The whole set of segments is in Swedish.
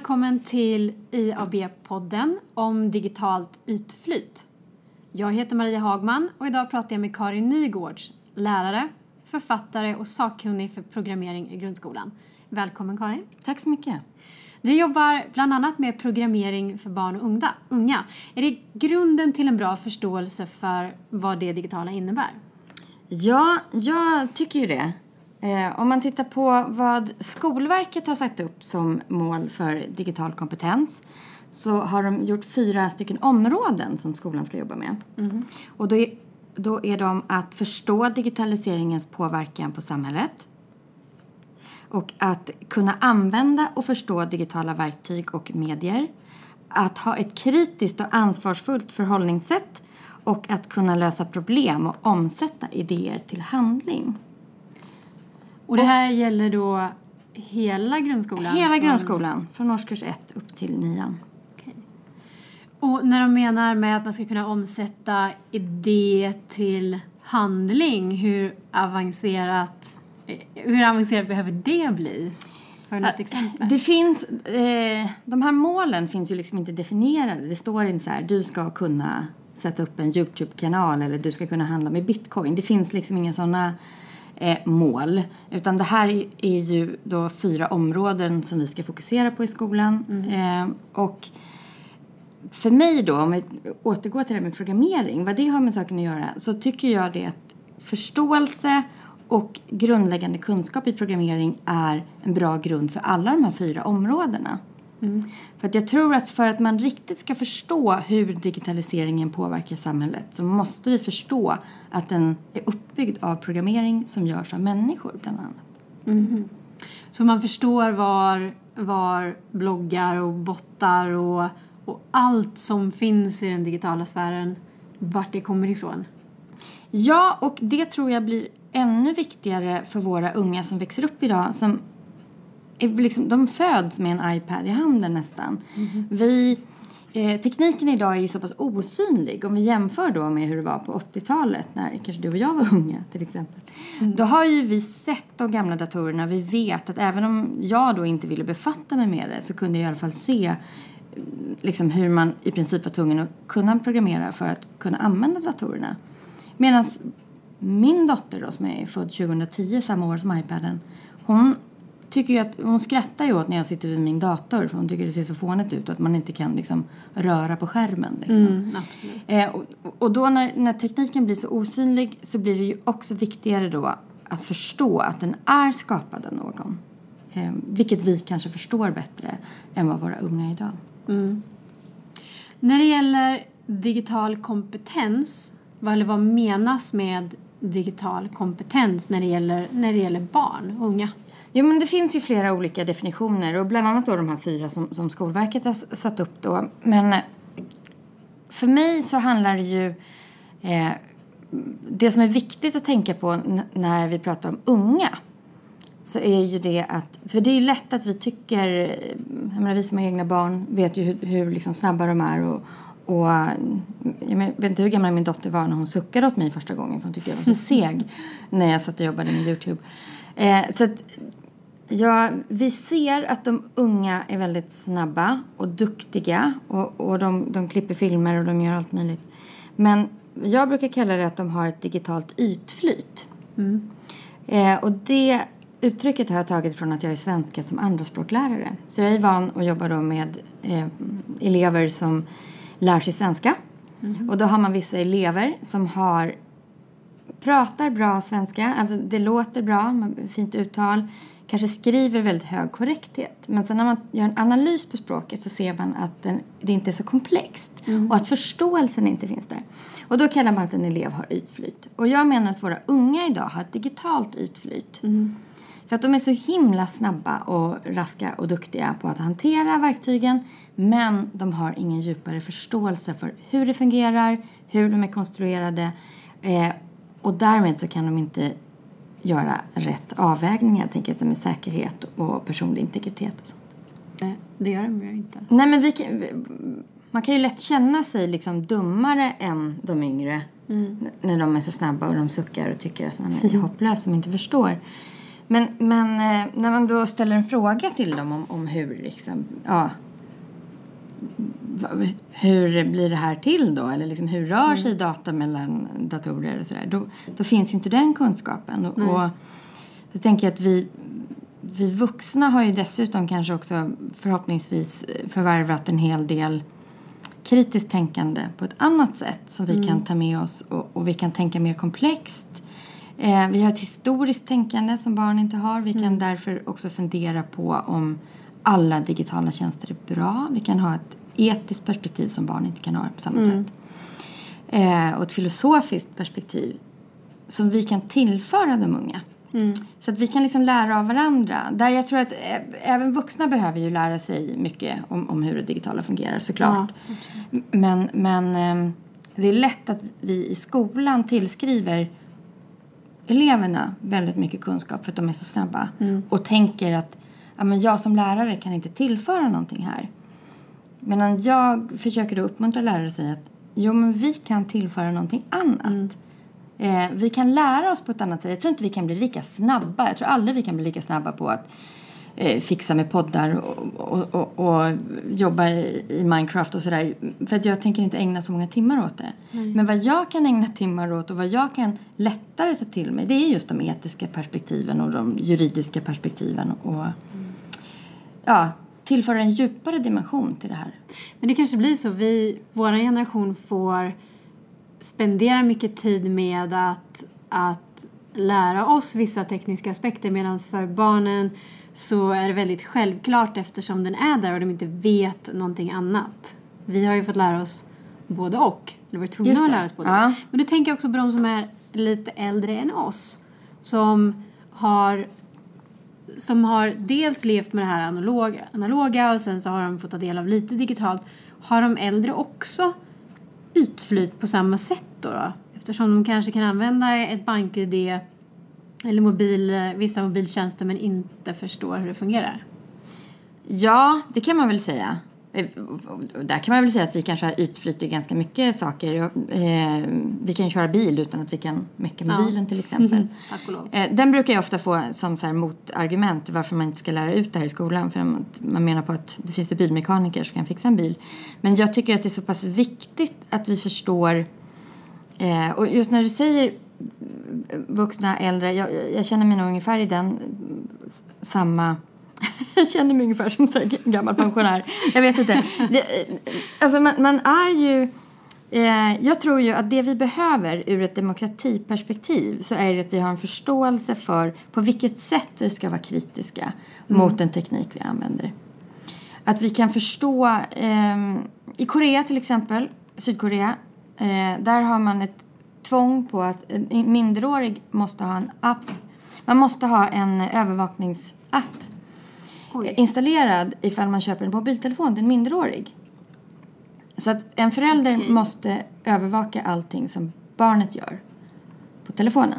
välkommen till IAB-podden om digitalt ytflyt. Jag heter Maria Hagman och idag pratar jag med Karin Nygårds, lärare, författare och sakkunnig för programmering i grundskolan. Välkommen Karin. Tack så mycket. Du jobbar bland annat med programmering för barn och unga. Är det grunden till en bra förståelse för vad det digitala innebär? Ja, jag tycker ju det. Om man tittar på vad Skolverket har satt upp som mål för digital kompetens så har de gjort 4 stycken områden som skolan ska jobba med. Mm. Och då är de att förstå digitaliseringens påverkan på samhället. Och att kunna använda och förstå digitala verktyg och medier. Att ha ett kritiskt och ansvarsfullt förhållningssätt. Och att kunna lösa problem och omsätta idéer till handling. Och det här gäller då hela grundskolan? Hela grundskolan, från årskurs 1 upp till 9. Okay. Och när de menar med att man ska kunna omsätta idé till handling, hur avancerat behöver det bli? Har du något exempel? Det finns, de här målen finns ju liksom inte definierade. Det står inte så här, du ska kunna sätta upp en YouTube-kanal eller du ska kunna handla med bitcoin. Det finns liksom inga sådana mål. Utan det här är ju då 4 områden som vi ska fokusera på i skolan. Och för mig då, om vi återgår till det med programmering, vad det har med saken att göra, så tycker jag det att förståelse och grundläggande kunskap i programmering är en bra grund för alla de här 4 områdena. För att jag tror att för att man riktigt ska förstå hur digitaliseringen påverkar samhället så måste vi förstå att den är uppbyggd av programmering som görs av människor bland annat. Så man förstår var bloggar och bottar och allt som finns i den digitala sfären, vart det kommer ifrån? Ja, och det tror jag blir ännu viktigare för våra unga som växer upp idag, som liksom, de föds med en iPad i handen nästan. Tekniken idag är ju så pass osynlig. Om vi jämför då med hur det var på 80-talet när kanske du och jag var unga till exempel. Då har ju vi sett de gamla datorerna. Vi vet att även om jag då inte ville befatta mig med det så kunde jag i alla fall se liksom, hur man i princip var tvungen att kunna programmera för att kunna använda datorerna. Medan min dotter då, som är född 2010, samma år som iPaden, hon skrattar ju åt när jag sitter vid min dator för hon tycker det ser så fånigt ut och att man inte kan liksom röra på skärmen. Liksom. Absolut. Och då när tekniken blir så osynlig så blir det ju också viktigare då att förstå att den är skapad av någon. Vilket vi kanske förstår bättre än vad våra unga idag. När det gäller digital kompetens, vad menas med digital kompetens när det gäller barn och unga? Jo, men det finns ju flera olika definitioner och bland annat då de här 4 som Skolverket har satt upp då. Men för mig så handlar det ju det som är viktigt att tänka på när vi pratar om unga så är ju det att, för det är ju lätt att vi tycker, jag menar, vi som har egna barn vet ju hur liksom snabba de är och jag vet inte hur gammal min dotter var när hon suckade åt mig första gången för hon tyckte jag var så seg när jag satt och jobbade med YouTube. Så att vi ser att de unga är väldigt snabba och duktiga och de klipper filmer och de gör allt möjligt. Men jag brukar kalla det att de har ett digitalt ytflyt. Och det uttrycket har jag tagit från att jag är svenska som andraspråklärare. Så jag är van att jobba då med elever som lär sig svenska. Och då har man vissa elever som pratar bra svenska. Alltså det låter bra, fint uttal. Kanske skriver väldigt hög korrekthet. Men sen när man gör en analys på språket så ser man att det inte är så komplext. Och att förståelsen inte finns där. Och då kallar man att en elev har ytflyt. Och jag menar att våra unga idag har ett digitalt ytflyt. För att de är så himla snabba och raska och duktiga på att hantera verktygen. Men de har ingen djupare förståelse för hur det fungerar, hur de är konstruerade. Och därmed så kan de inte göra rätt avvägningar, tänker jag, med säkerhet och personlig integritet och sånt. Det gör de ju inte. Nej, men man kan ju lätt känna sig liksom dummare än de yngre. När de är så snabba och de suckar och tycker att man är hopplös som inte förstår. Men när man då ställer en fråga till dem om hur liksom, hur blir det här till då? Eller liksom, hur rör sig data mellan datorer och sådär? Då finns ju inte den kunskapen. Och jag tänker att vi vuxna har ju dessutom kanske också förhoppningsvis förvärvat en hel del kritiskt tänkande på ett annat sätt som vi kan ta med oss och vi kan tänka mer komplext. Vi har ett historiskt tänkande som barn inte har. Vi kan därför också fundera på om alla digitala tjänster är bra. Vi kan ha ett etiskt perspektiv som barn inte kan ha på samma sätt. Och ett filosofiskt perspektiv som vi kan tillföra de unga. Så att vi kan liksom lära av varandra. Där jag tror att även vuxna behöver ju lära sig mycket om hur det digitala fungerar, såklart. Ja, men det är lätt att vi i skolan tillskriver eleverna väldigt mycket kunskap för att de är så snabba. Och tänker att men jag som lärare kan inte tillföra någonting här. Medan jag försöker då uppmuntra lärare att säga att men vi kan tillföra någonting annat. Vi kan lära oss på ett annat sätt. Jag tror inte vi kan bli lika snabba. Jag tror aldrig vi kan bli lika snabba på att fixa med poddar och jobba i Minecraft och sådär. För att jag tänker inte ägna så många timmar åt det. Men vad jag kan ägna timmar åt och vad jag kan lättare ta till mig, det är just de etiska perspektiven och de juridiska perspektiven. Och tillföra en djupare dimension till det här. Men det kanske blir så. Vår generation får spendera mycket tid med att lära oss vissa tekniska aspekter, medan för barnen så är det väldigt självklart eftersom den är där och de inte vet någonting annat. Vi har ju fått lära oss både och. Eller varit tvungna att lära oss både. Ja. Men du tänker också på de som är lite äldre än oss. Som har dels levt med det här analoga och sen så har de fått ta del av lite digitalt. Har de äldre också ytflyt på samma sätt då? Eftersom de kanske kan använda ett bank-ID eller vissa mobiltjänster men inte förstår hur det fungerar. Ja, det kan man väl säga. Där kan man väl säga att vi kanske har ytflyt i ganska mycket saker. Vi kan köra bil utan att vi kan mecka med bilen till exempel. Tack och lov. Den brukar jag ofta få som så här motargument varför man inte ska lära ut det här i skolan. För man menar på att det finns bilmekaniker som kan fixa en bil. Men jag tycker att det är så pass viktigt att vi förstår. Och just när du säger vuxna, äldre. Jag känner mig nog ungefär i den samma... Jag känner mig ungefär som en gammal pensionär. Jag vet inte. Alltså man är ju... jag tror ju att det vi behöver ur ett demokratiperspektiv så är det att vi har en förståelse för på vilket sätt vi ska vara kritiska mot den teknik vi använder. Att vi kan förstå... I Korea till exempel, Sydkorea, där har man ett tvång på att en minderårig måste ha en app. Man måste ha en övervakningsapp installerad ifall man köper en mobiltelefon till en minderårig. Så att en förälder måste övervaka allting som barnet gör på telefonen.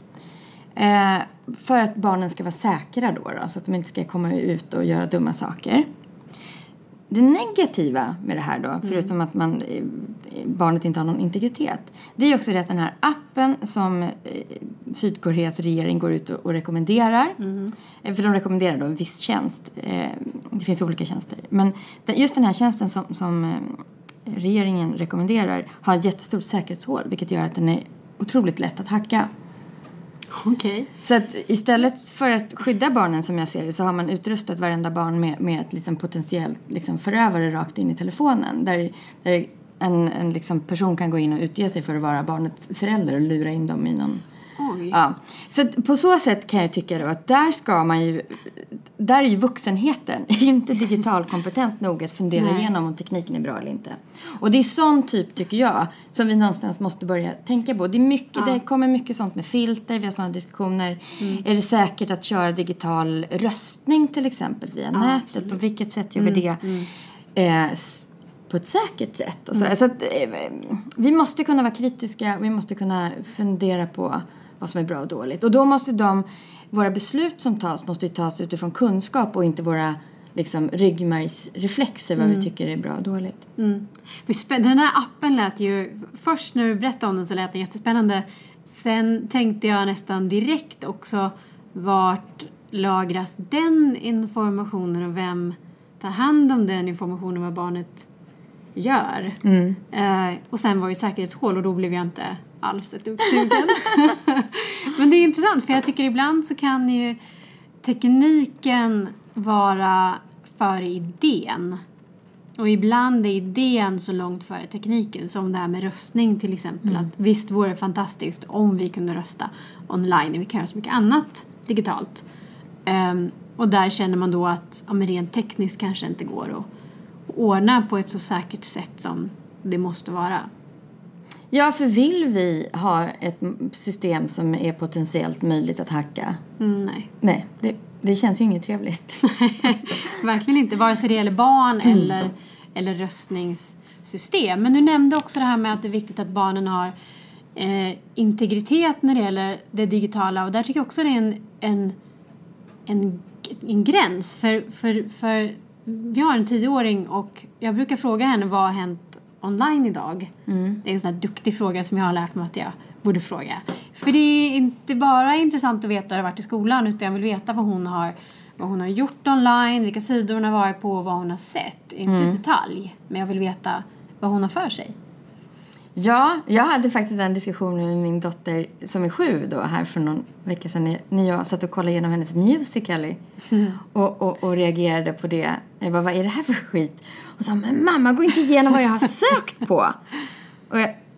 För att barnen ska vara säkra då, så att de inte ska komma ut och göra dumma saker. Det negativa med det här då, förutom att barnet inte har någon integritet, det är också det att den här appen som Sydkoreas regering går ut och rekommenderar, för de rekommenderar då en viss tjänst, det finns olika tjänster, men just den här tjänsten som regeringen rekommenderar har ett jättestort säkerhetshål, vilket gör att den är otroligt lätt att hacka. Okay. Så att istället för att skydda barnen som jag ser det, så har man utrustat varenda barn med ett liksom potentiellt liksom förövare rakt in i telefonen. Där en liksom person kan gå in och utge sig för att vara barnets förälder och lura in dem i någon... Ja. Så på så sätt kan jag tycka då att där är ju vuxenheten inte digital kompetent nog att fundera igenom om tekniken är bra eller inte. Och det är sån typ, tycker jag, som vi någonstans måste börja tänka på. Det är mycket, det kommer mycket sånt med filter, vi har sådana diskussioner. Är det säkert att köra digital röstning till exempel via nätet? Absolut. På vilket sätt gör vi det på ett säkert sätt? Och sådär. Så att, vi måste kunna vara kritiska, vi måste kunna fundera på vad som är bra och dåligt. Och då måste våra beslut som måste ju tas utifrån kunskap och inte våra liksom ryggmärgsreflexer vad vi tycker är bra och dåligt. Den här appen lät ju, först när du berättade om den så lät den jättespännande. Sen tänkte jag nästan direkt också vart lagras den informationen och vem tar hand om den informationen vad barnet gör. Och sen var ju säkerhetshål och då blev jag inte alls ett uppsugen. Men det är intressant för jag tycker ibland så kan ju tekniken vara före idén. Och ibland är idén så långt före tekniken som det här med röstning till exempel. Att visst vore det fantastiskt om vi kunde rösta online. Vi kan göra så mycket annat digitalt. Och där känner man då att rent tekniskt kanske inte går att ordna på ett så säkert sätt som det måste vara. Ja, för vill vi ha ett system som är potentiellt möjligt att hacka? Nej, det känns ju inget trevligt. Verkligen inte, vare sig det gäller barn eller röstningssystem. Men du nämnde också det här med att det är viktigt att barnen har integritet när det gäller det digitala. Och där tycker jag också det är en gräns. För vi har en 10-åring och jag brukar fråga henne vad har hänt online idag. Det är en sån här duktig fråga som jag har lärt mig att jag borde fråga. För det är inte bara intressant att veta hur det har varit i skolan utan jag vill veta vad hon har gjort online, vilka sidor hon har varit på och vad hon har sett. Inte i detalj, men jag vill veta vad hon har för sig. Ja, jag hade faktiskt en diskussion med min dotter som är 7 då, här för någon vecka sedan när jag satt och kollade igenom hennes Musical.ly och reagerade på det. Jag bara, vad är det här för skit? Och sa, men mamma, gå inte igenom vad jag har sökt på. Och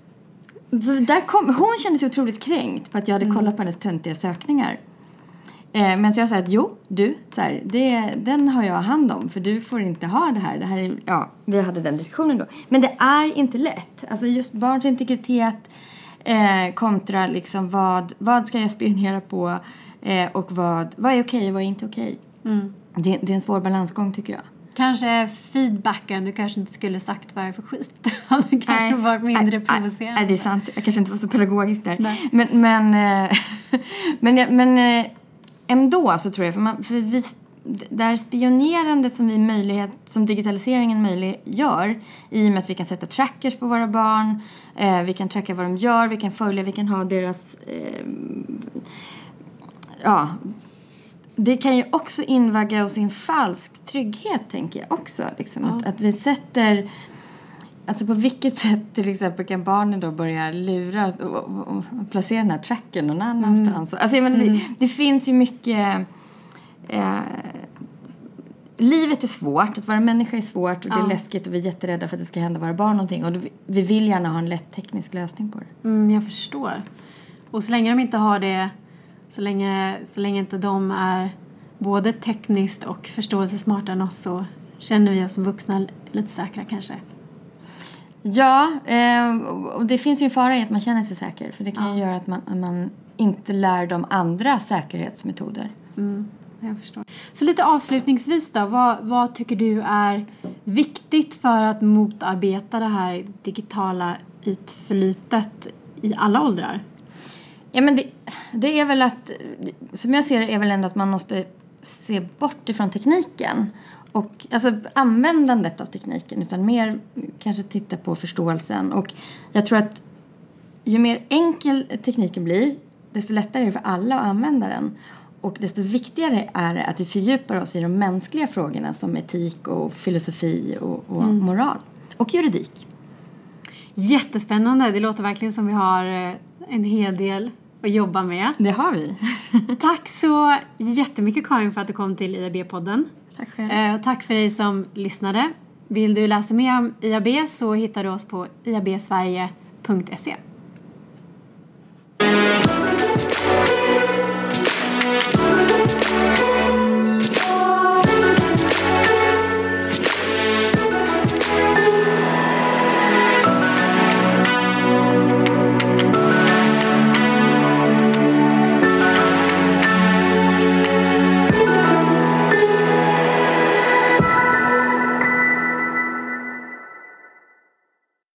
hon kände sig otroligt kränkt på att jag hade kollat på hennes töntiga sökningar. Men så jag sa att den har jag hand om. För du får inte ha det här. Vi hade den diskussionen då. Men det är inte lätt. Alltså just barns integritet kontra liksom vad ska jag spionera på och vad är okej och vad är inte okej. Det är en svår balansgång tycker jag. Kanske feedbacken, du kanske inte skulle sagt vad det är för skit. Det kanske varit mindre provocerande. Nej, det är sant. Jag kanske inte var så pedagogisk där. Men ändå så tror jag, där spionerande som digitaliseringen möjliggör i och med att vi kan sätta trackers på våra barn, vi kan tracka vad de gör, vi kan följa, vi kan ha deras det kan ju också invagga oss i en falsk trygghet tänker jag också liksom, att vi sätter. Alltså på vilket sätt till exempel kan barnen då börja lura och placera den här tracken någon annanstans? Alltså, det finns ju mycket. Livet är svårt, att vara människa är svårt och det är läskigt och vi är jätterädda för att det ska hända våra barn någonting. Och vi vill gärna ha en lätt teknisk lösning på det. Jag förstår. Och så länge de inte har det, så länge inte de är både tekniskt och förståelsesmarta än oss så känner vi oss som vuxna lite säkra kanske. Ja, och det finns ju en fara i att man känner sig säker. För det kan ju göra att man inte lär de andra säkerhetsmetoder. Jag förstår. Så lite avslutningsvis då. Vad tycker du är viktigt för att motarbeta det här digitala utflytet i alla åldrar? Ja, men det är väl att, som jag ser det, är väl ändå att man måste se bort ifrån tekniken. Och alltså användandet av tekniken utan mer kanske titta på förståelsen. Och jag tror att ju mer enkel tekniken blir desto lättare är det för alla att använda den. Och desto viktigare är det att vi fördjupar oss i de mänskliga frågorna som etik och filosofi och moral och juridik. Jättespännande. Det låter verkligen som vi har en hel del att jobba med. Det har vi. Tack så jättemycket Karin för att du kom till IAB-podden. Tack själv. Och tack för dig som lyssnade. Vill du läsa mer om IAB så hittar du oss på iabsverige.se.